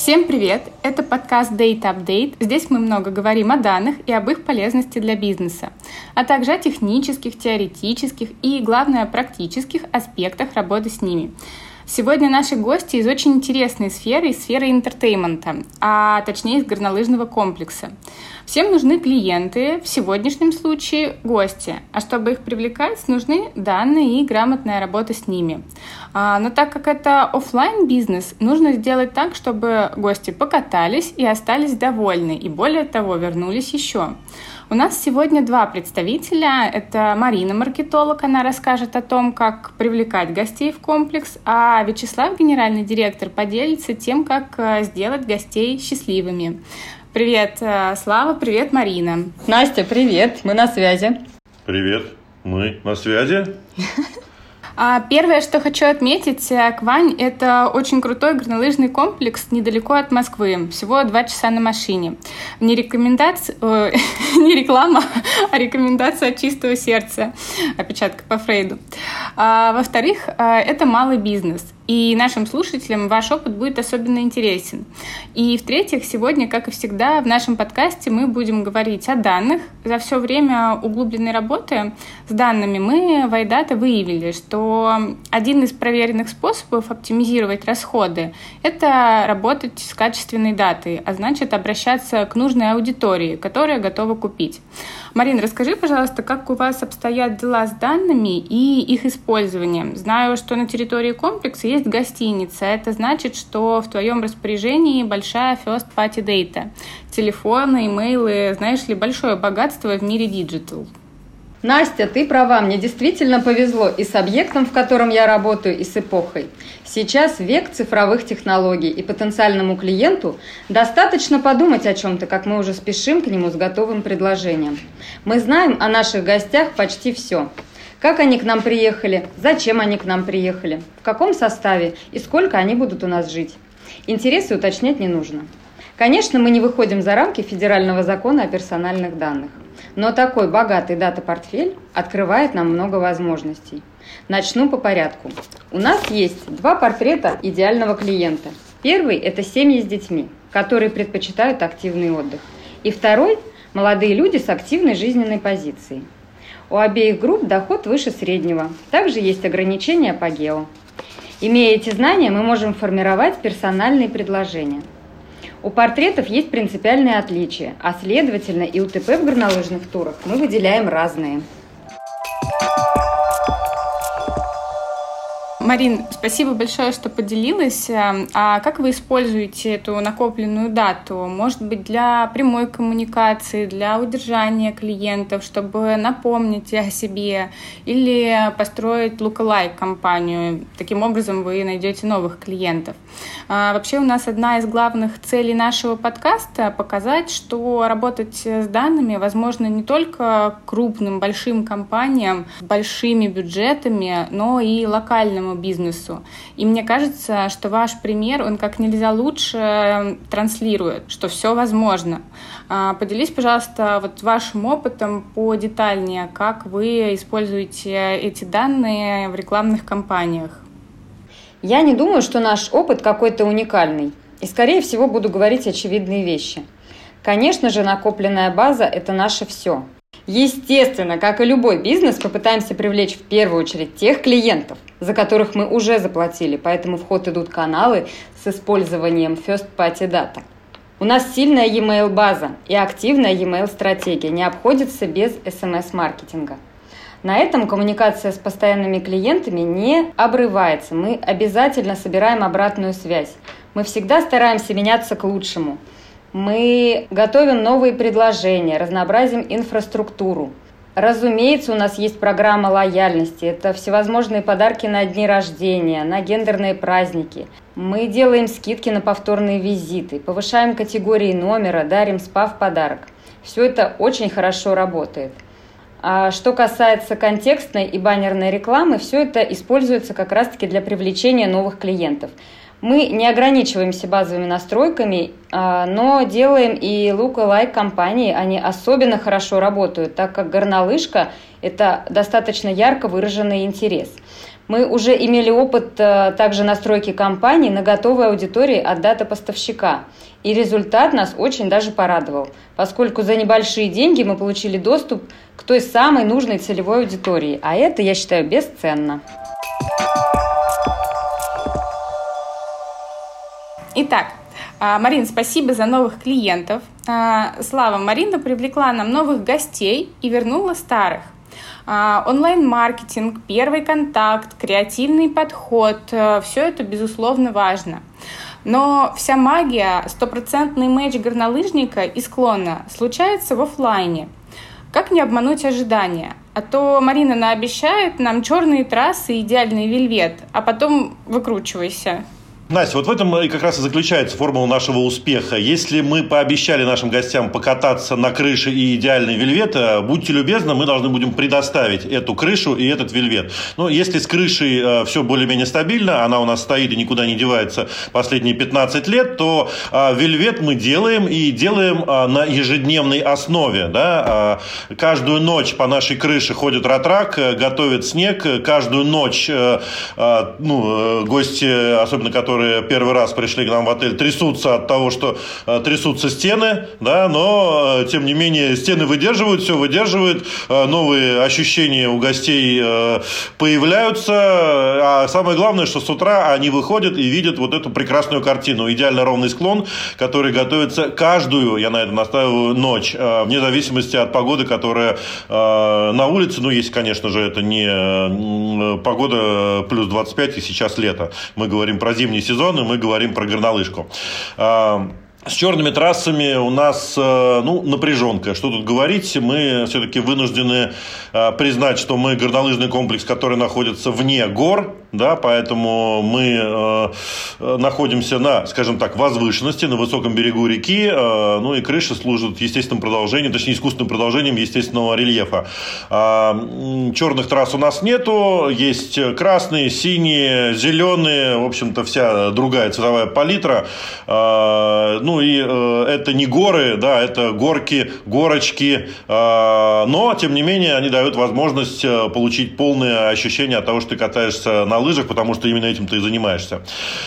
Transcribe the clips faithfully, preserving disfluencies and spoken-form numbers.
Всем привет! Это подкаст Data Update. Здесь мы много говорим о данных и об их полезности для бизнеса, а также о технических, теоретических и, главное, практических аспектах работы с ними. Сегодня наши гости из очень интересной сферы, из сферы интертеймента, а точнее из горнолыжного комплекса. Всем нужны клиенты, в сегодняшнем случае гости, а чтобы их привлекать, нужны данные и грамотная работа с ними. А, но так как это офлайн бизнес, нужно сделать так, чтобы гости покатались и остались довольны, и более того, вернулись еще. У нас сегодня два представителя. Это Марина, маркетолог, она расскажет о том, как привлекать гостей в комплекс, а Вячеслав, генеральный директор, поделится тем, как сделать гостей счастливыми. Привет, Слава, привет, Марина. Настя, привет, мы на связи. Привет, мы на связи. Первое, что хочу отметить, Квань — это очень крутой горнолыжный комплекс недалеко от Москвы, всего два часа на машине. Не рекомендация, э, не реклама, а рекомендация от чистого сердца, опечатка по Фрейду. А, во-вторых, это малый бизнес, и нашим слушателям ваш опыт будет особенно интересен. И в-третьих, сегодня, как и всегда, в нашем подкасте мы будем говорить о данных. За все время углубленной работы с данными мы в iData выявили, что один из проверенных способов оптимизировать расходы – это работать с качественной датой, а значит обращаться к нужной аудитории, которая готова купить. Марина, расскажи, пожалуйста, как у вас обстоят дела с данными и их использованием. Знаю, что на территории комплекса есть гостиница. Это значит, что в твоем распоряжении большая first party data. Телефоны, имейлы, знаешь ли, большое богатство в мире диджитал. Настя, ты права, мне действительно повезло и с объектом, в котором я работаю, и с эпохой. Сейчас век цифровых технологий, и потенциальному клиенту достаточно подумать о чем-то, как мы уже спешим к нему с готовым предложением. Мы знаем о наших гостях почти все. Как они к нам приехали, зачем они к нам приехали, в каком составе и сколько они будут у нас жить. Интересы уточнять не нужно. Конечно, мы не выходим за рамки федерального закона о персональных данных. Но такой богатый дата-портфель открывает нам много возможностей. Начну по порядку. У нас есть два портрета идеального клиента. Первый – это семьи с детьми, которые предпочитают активный отдых. И второй – молодые люди с активной жизненной позицией. У обеих групп доход выше среднего. Также есть ограничения по гео. Имея эти знания, мы можем формировать персональные предложения. У портретов есть принципиальные отличия, а следовательно и УТП в горнолыжных турах мы выделяем разные. Марин, спасибо большое, что поделилась. А как вы используете эту накопленную дату? Может быть, для прямой коммуникации, для удержания клиентов, чтобы напомнить о себе, или построить lookalike кампанию? Таким образом вы найдете новых клиентов. А вообще у нас одна из главных целей нашего подкаста — показать, что работать с данными возможно не только крупным, большим компаниям, с большими бюджетами, но и локальному бизнесу. И мне кажется, что ваш пример, он как нельзя лучше транслирует, что все возможно. Поделись, пожалуйста, вот вашим опытом подетальнее, как вы используете эти данные в рекламных кампаниях. Я не думаю, что наш опыт какой-то уникальный. И, скорее всего, буду говорить очевидные вещи. Конечно же, накопленная база – это наше все. Естественно, как и любой бизнес, попытаемся привлечь в первую очередь тех клиентов, за которых мы уже заплатили, поэтому в ход идут каналы с использованием first party data. У нас сильная e-mail база и активная e-mail стратегия, не обходится без эс эм эс-маркетинга. На этом коммуникация с постоянными клиентами не обрывается. Мы обязательно собираем обратную связь. Мы всегда стараемся меняться к лучшему. Мы готовим новые предложения, разнообразим инфраструктуру. Разумеется, у нас есть программа лояльности. Это всевозможные подарки на дни рождения, на гендерные праздники. Мы делаем скидки на повторные визиты, повышаем категории номера, дарим спа в подарок. Все это очень хорошо работает. А что касается контекстной и баннерной рекламы, все это используется как раз-таки для привлечения новых клиентов. Мы не ограничиваемся базовыми настройками, но делаем и lookalike кампании, они особенно хорошо работают, так как горнолыжка – это достаточно ярко выраженный интерес. Мы уже имели опыт э, также настройки кампаний на готовой аудитории от дата поставщика. И результат нас очень даже порадовал, поскольку за небольшие деньги мы получили доступ к той самой нужной целевой аудитории. А это, я считаю, бесценно. Итак, Марина, спасибо за новых клиентов. Слава, Марина привлекла нам новых гостей и вернула старых. Онлайн-маркетинг, первый контакт, креативный подход – все это, безусловно, важно. Но вся магия, стопроцентный мэч горнолыжника и склона случается в офлайне. Как не обмануть ожидания? А то Марина наобещает нам черные трассы и идеальный вельвет, а потом выкручивайся. Настя, вот в этом и как раз и заключается формула нашего успеха. Если мы пообещали нашим гостям покататься на крыше и идеальный вельвет, будьте любезны, мы должны будем предоставить эту крышу и этот вельвет. Но если с крышей все более-менее стабильно, она у нас стоит и никуда не девается последние пятнадцать лет, то вельвет мы делаем и делаем на ежедневной основе. Да? Каждую ночь по нашей крыше ходит ратрак, готовит снег. Каждую ночь ну, гости, особенно которые первый раз пришли к нам в отель, трясутся от того, что э, трясутся стены, да, но, э, тем не менее, стены выдерживают, все выдерживают, э, новые ощущения у гостей э, появляются, а самое главное, что с утра они выходят и видят вот эту прекрасную картину, идеально ровный склон, который готовится каждую, я на это настаиваю, ночь, э, вне зависимости от погоды, которая э, на улице, ну, если, конечно же, это не э, погода плюс двадцать пять, и сейчас лето, мы говорим про зимний сезон, и мы говорим про горнолыжку. С черными трассами у нас ну, напряженка. Что тут говорить? Мы все-таки вынуждены признать, что мы горнолыжный комплекс, который находится вне гор, да, поэтому мы э, находимся на, скажем так, возвышенности, на высоком берегу реки, э, ну и крыша служит естественным продолжением, точнее искусственным продолжением естественного рельефа. Э, черных трасс у нас нету, есть красные, синие, зеленые, в общем-то вся другая цветовая палитра. Э, ну и э, это не горы, да, это горки, горочки, э, но тем не менее они дают возможность получить полное ощущение от того, что ты катаешься на лыжах, потому что именно этим ты и занимаешься.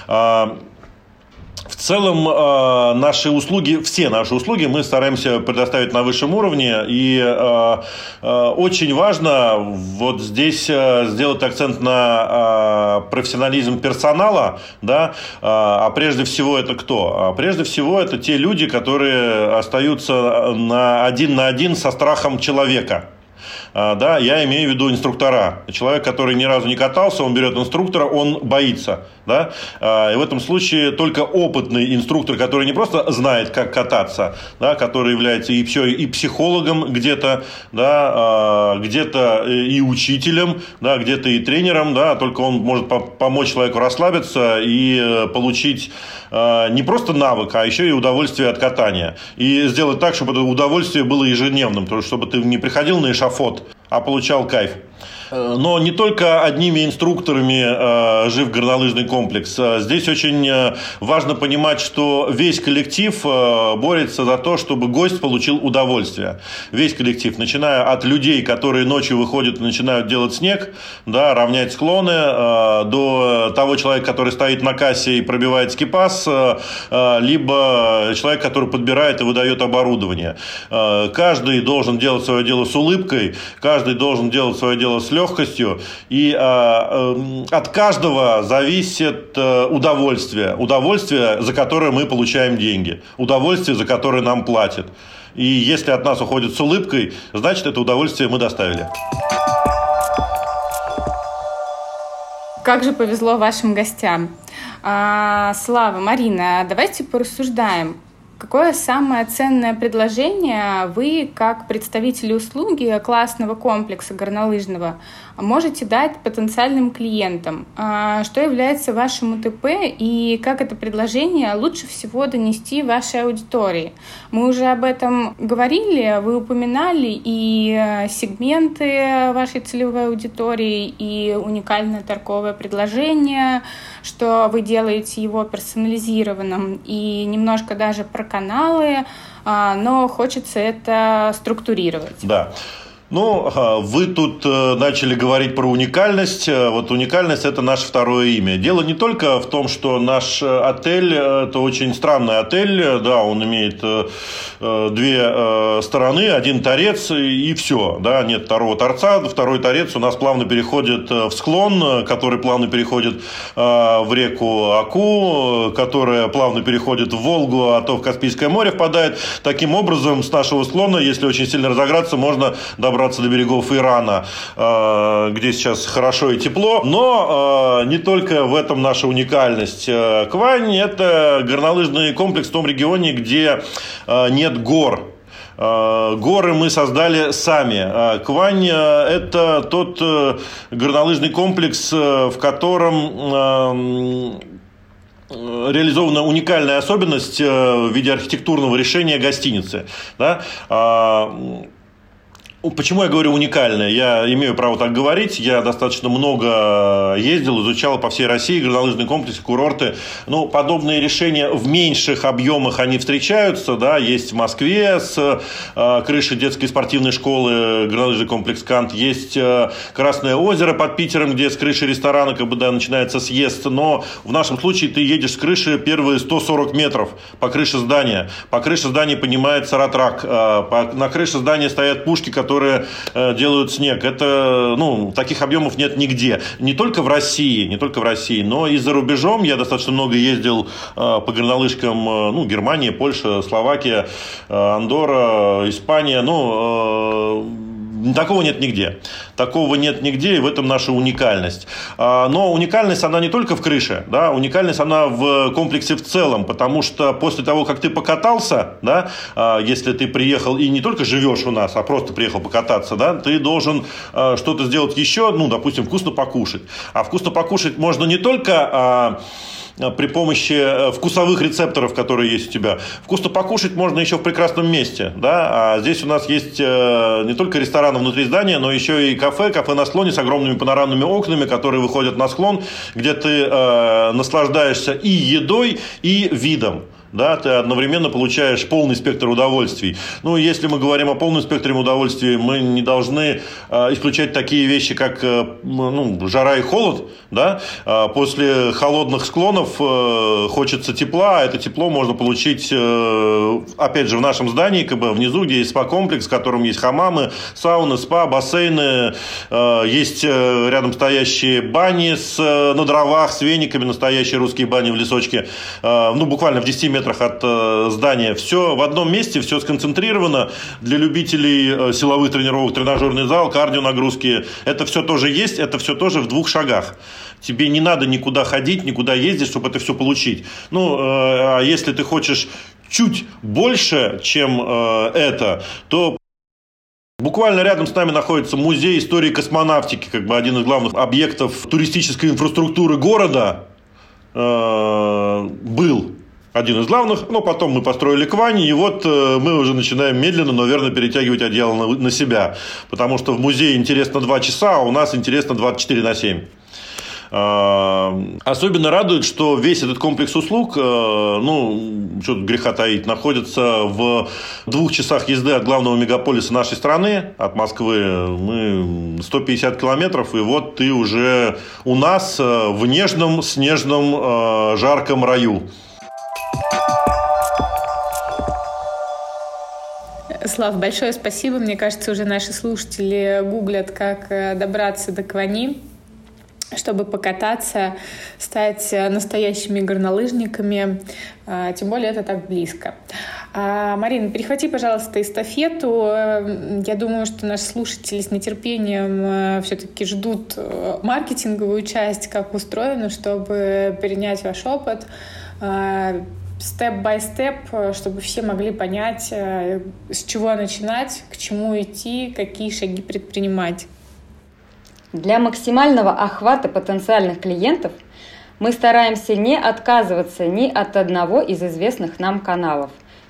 В целом, наши услуги, все наши услуги мы стараемся предоставить на высшем уровне. И очень важно вот здесь сделать акцент на профессионализм персонала. Да? А прежде всего это кто? Прежде всего это те люди, которые остаются на один на один со страхом человека. Да, я имею в виду инструктора. Человек, который ни разу не катался, он берет инструктора, он боится. Да? И в этом случае только опытный инструктор, который не просто знает, как кататься, да, который является и, все, и психологом где-то, да, где-то и учителем, да, где-то и тренером, да, только он может помочь человеку расслабиться и получить не просто навык, а еще и удовольствие от катания. И сделать так, чтобы это удовольствие было ежедневным, то есть чтобы ты не приходил на эшафот, а получал кайф. Но не только одними инструкторами э, жив горнолыжный комплекс. Здесь очень важно понимать, что весь коллектив э, борется за то, чтобы гость получил удовольствие. Весь коллектив, начиная от людей, которые ночью выходят и начинают делать снег, да, равнять склоны, э, до того человека, который стоит на кассе и пробивает скипас, э, либо человек, который подбирает и выдает оборудование. Э, каждый должен делать свое дело с улыбкой, каждый должен делать свое дело с легкостью. легкостью, и э, э, от каждого зависит э, удовольствие. Удовольствие, за которое мы получаем деньги. Удовольствие, за которое нам платят. И если от нас уходит с улыбкой, значит, это удовольствие мы доставили. Как же повезло вашим гостям. А, Слава, Марина, давайте порассуждаем. Какое самое ценное предложение вы, как представители услуги классного комплекса горнолыжного, можете дать потенциальным клиентам? Что является вашим УТП и как это предложение лучше всего донести вашей аудитории? Мы уже об этом говорили, вы упоминали и сегменты вашей целевой аудитории, и уникальное торговое предложение, что вы делаете его персонализированным, и немножко даже про каналы, но хочется это структурировать. Да. Ну, вы тут начали говорить про уникальность. Вот уникальность – это наше второе имя. Дело не только в том, что наш отель – это очень странный отель. Да, он имеет две стороны, один торец и все. Да, нет второго торца. Второй торец у нас плавно переходит в склон, который плавно переходит в реку Аку, которая плавно переходит в Волгу, а то в Каспийское море впадает. Таким образом, с нашего склона, если очень сильно разогнаться, можно добраться до берегов Ирана, где сейчас хорошо и тепло. Но не только в этом наша уникальность. Квань – это горнолыжный комплекс в том регионе, где нет гор. Горы мы создали сами. Квань – это тот горнолыжный комплекс, в котором реализована уникальная особенность в виде архитектурного решения гостиницы. Да? Почему я говорю уникальное? Я имею право так говорить. Я достаточно много ездил, изучал по всей России горнолыжные комплексы, курорты. Ну, подобные решения в меньших объемах они встречаются. Да? Есть в Москве с э, крыши детской спортивной школы горнолыжный комплекс «Кант». Есть э, Красное озеро под Питером, где с крыши ресторана как бы, да, начинается съезд. Но в нашем случае ты едешь с крыши первые сто сорок метров по крыше здания. По крыше здания поднимается ратрак. Э, по, на крыше здания стоят пушки, которые которые э, делают снег. Это, ну, таких объемов нет нигде. Не только в России, не только в России, но и за рубежом. Я достаточно много ездил э, по горнолыжкам, э, ну, Германия, Польша, Словакия, э, Андорра, Испания. Ну, э, такого нет нигде. Такого нет нигде, и в этом наша уникальность. Но уникальность, она не только в крыше, да, уникальность, она в комплексе в целом, потому что после того, как ты покатался, да, если ты приехал и не только живешь у нас, а просто приехал покататься, да, ты должен что-то сделать еще, ну, допустим, вкусно покушать. А вкусно покушать можно не только при помощи вкусовых рецепторов, которые есть у тебя. Вкусно покушать можно еще в прекрасном месте. Да? А здесь у нас есть не только рестораны внутри здания, но еще и кафе, кафе на склоне с огромными панорамными окнами, которые выходят на склон, где ты э, наслаждаешься и едой, и видом. Да, ты одновременно получаешь полный спектр удовольствий. Ну, если мы говорим о полном спектре удовольствий, мы не должны э, исключать такие вещи, как э, ну, жара и холод. Да? Э, после холодных склонов э, хочется тепла, а это тепло можно получить, э, опять же, в нашем здании, как бы внизу, где есть спа-комплекс, в котором есть хамамы, сауны, спа, бассейны, э, есть э, рядом стоящие бани с, э, на дровах, с вениками, настоящие русские бани в лесочке, э, ну, буквально в десяти метрах от э, здания. Все в одном месте, все сконцентрировано. Для любителей э, силовых тренировок тренажерный зал, кардионагрузки. Это все тоже есть, это все тоже в двух шагах. Тебе не надо никуда ходить, никуда ездить, чтобы это все получить. Ну, э, а если ты хочешь чуть больше, чем э, это, то буквально рядом с нами находится музей истории космонавтики, как бы один из главных объектов туристической инфраструктуры города э, был. Один из главных, но потом мы построили Квань, и вот э, мы уже начинаем медленно, но верно перетягивать одеяло на, на себя. Потому что в музее интересно два часа, а у нас интересно двадцать четыре на семь. Э, особенно радует, что весь этот комплекс услуг, э, ну, что тут греха таить, находится в двух часах езды от главного мегаполиса нашей страны, от Москвы. Мы сто пятьдесят километров, и вот ты уже у нас в нежном, снежном, э, жарком раю. Слав, большое спасибо. Мне кажется, уже наши слушатели гуглят, как добраться до Квани, чтобы покататься, стать настоящими горнолыжниками. Тем более это так близко. Марина, перехвати, пожалуйста, эстафету. Я думаю, что наши слушатели с нетерпением все-таки ждут маркетинговую часть, как устроено, чтобы перенять ваш опыт. Степ-бай-степ, чтобы все могли понять, с чего начинать, к чему идти, какие шаги предпринимать. Для максимального охвата потенциальных клиентов мы стараемся не отказываться ни от одного из известных нам каналов.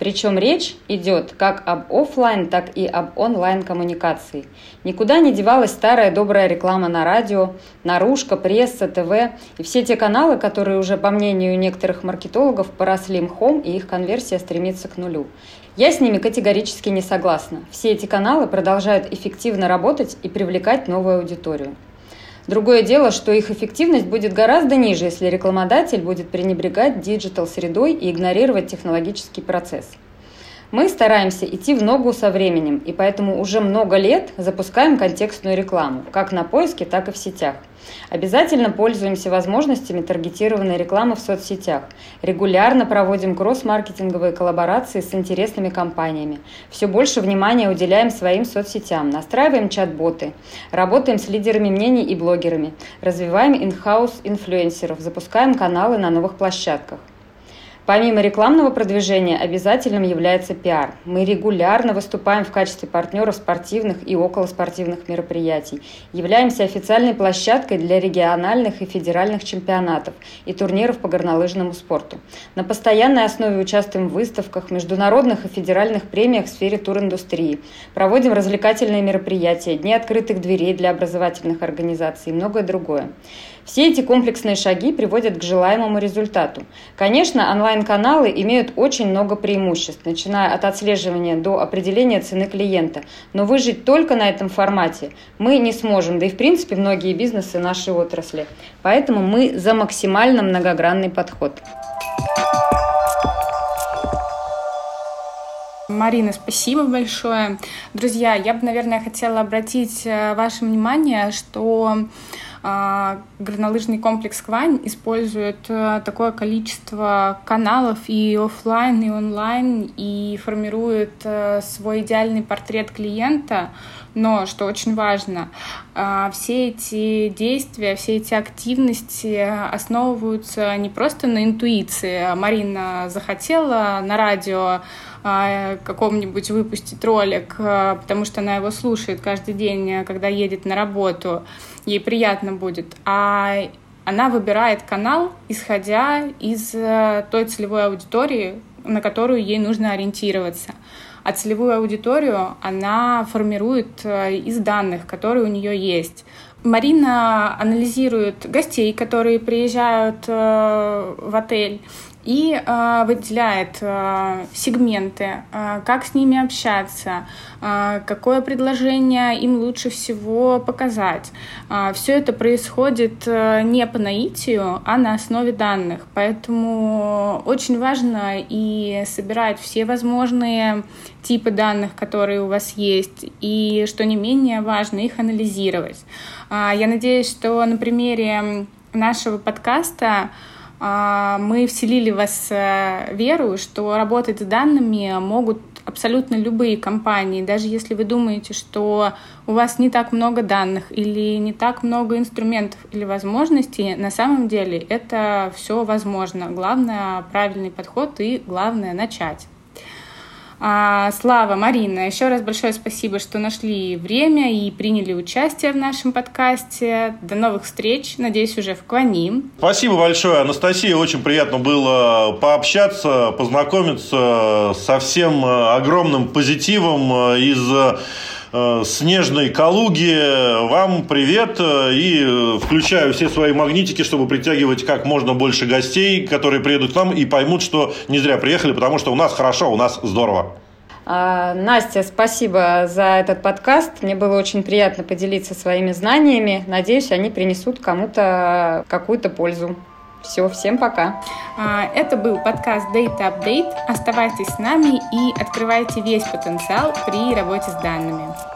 Причем речь идет как об офлайн, так и об онлайн-коммуникации. Никуда не девалась старая добрая реклама на радио, наружка, пресса, ТВ и все те каналы, которые уже, по мнению некоторых маркетологов, поросли мхом, и их конверсия стремится к нулю. Я с ними категорически не согласна. Все эти каналы продолжают эффективно работать и привлекать новую аудиторию. Другое дело, что их эффективность будет гораздо ниже, если рекламодатель будет пренебрегать диджитал-средой и игнорировать технологический процесс. Мы стараемся идти в ногу со временем, и поэтому уже много лет запускаем контекстную рекламу, как на поиске, так и в сетях. Обязательно пользуемся возможностями таргетированной рекламы в соцсетях. Регулярно проводим кросс-маркетинговые коллаборации с интересными компаниями. Все больше внимания уделяем своим соцсетям, настраиваем чат-боты, работаем с лидерами мнений и блогерами, развиваем in-house инфлюенсеров, запускаем каналы на новых площадках. Помимо рекламного продвижения обязательным является пиар. Мы регулярно выступаем в качестве партнеров спортивных и околоспортивных мероприятий, являемся официальной площадкой для региональных и федеральных чемпионатов и турниров по горнолыжному спорту. На постоянной основе участвуем в выставках, международных и федеральных премиях в сфере туриндустрии, проводим развлекательные мероприятия, дни открытых дверей для образовательных организаций и многое другое. Все эти комплексные шаги приводят к желаемому результату. Конечно, онлайн-каналы имеют очень много преимуществ, начиная от отслеживания до определения цены клиента. Но выжить только на этом формате мы не сможем, да и в принципе многие бизнесы нашей отрасли. Поэтому мы за максимально многогранный подход. Марина, спасибо большое. Друзья, я бы, наверное, хотела обратить ваше внимание, что горнолыжный комплекс «Квань» использует такое количество каналов и офлайн, и онлайн, и формирует свой идеальный портрет клиента. Но, что очень важно, все эти действия, все эти активности основываются не просто на интуиции. Марина захотела на радио каком-нибудь выпустить ролик, потому что она его слушает каждый день, когда едет на работу, ей приятно будет, а она выбирает канал, исходя из той целевой аудитории, на которую ей нужно ориентироваться. А целевую аудиторию она формирует из данных, которые у нее есть. Марина анализирует гостей, которые приезжают в отель, и э, выделяет э, сегменты, э, как с ними общаться, э, какое предложение им лучше всего показать. Э, все это происходит э, не по наитию, а на основе данных. Поэтому очень важно и собирать все возможные типы данных, которые у вас есть, и, что не менее важно, их анализировать. Э, я надеюсь, что на примере нашего подкаста мы вселили в вас веру, что работать с данными могут абсолютно любые компании. Даже если вы думаете, что у вас не так много данных или не так много инструментов или возможностей, на самом деле это все возможно. Главное — правильный подход и главное — начать. Слава, Марина, еще раз большое спасибо, что нашли время и приняли участие в нашем подкасте. До новых встреч, надеюсь, уже в Квани. Спасибо большое, Анастасия. Очень приятно было пообщаться, познакомиться со всем огромным позитивом из снежной Калуги. Вам привет, и включаю все свои магнитики, чтобы притягивать как можно больше гостей, которые приедут к нам и поймут, что не зря приехали, потому что у нас хорошо, у нас здорово. Настя, спасибо за этот подкаст. Мне было очень приятно поделиться своими знаниями. Надеюсь, они принесут кому-то какую-то пользу. Все, всем пока. Это был подкаст Data Update. Оставайтесь с нами и открывайте весь потенциал при работе с данными.